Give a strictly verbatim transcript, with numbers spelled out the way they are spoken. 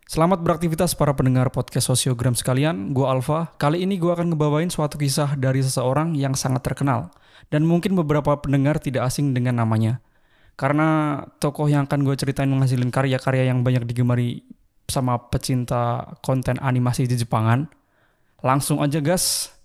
Selamat beraktivitas para pendengar podcast Sosiogram sekalian, gue Alfa. Kali ini gue akan ngebawain suatu kisah dari seseorang yang sangat terkenal. Dan mungkin beberapa pendengar tidak asing dengan namanya. Karena tokoh yang akan gue ceritain menghasilkan karya-karya yang banyak digemari sama pecinta konten animasi di Jepangan. Langsung aja gas,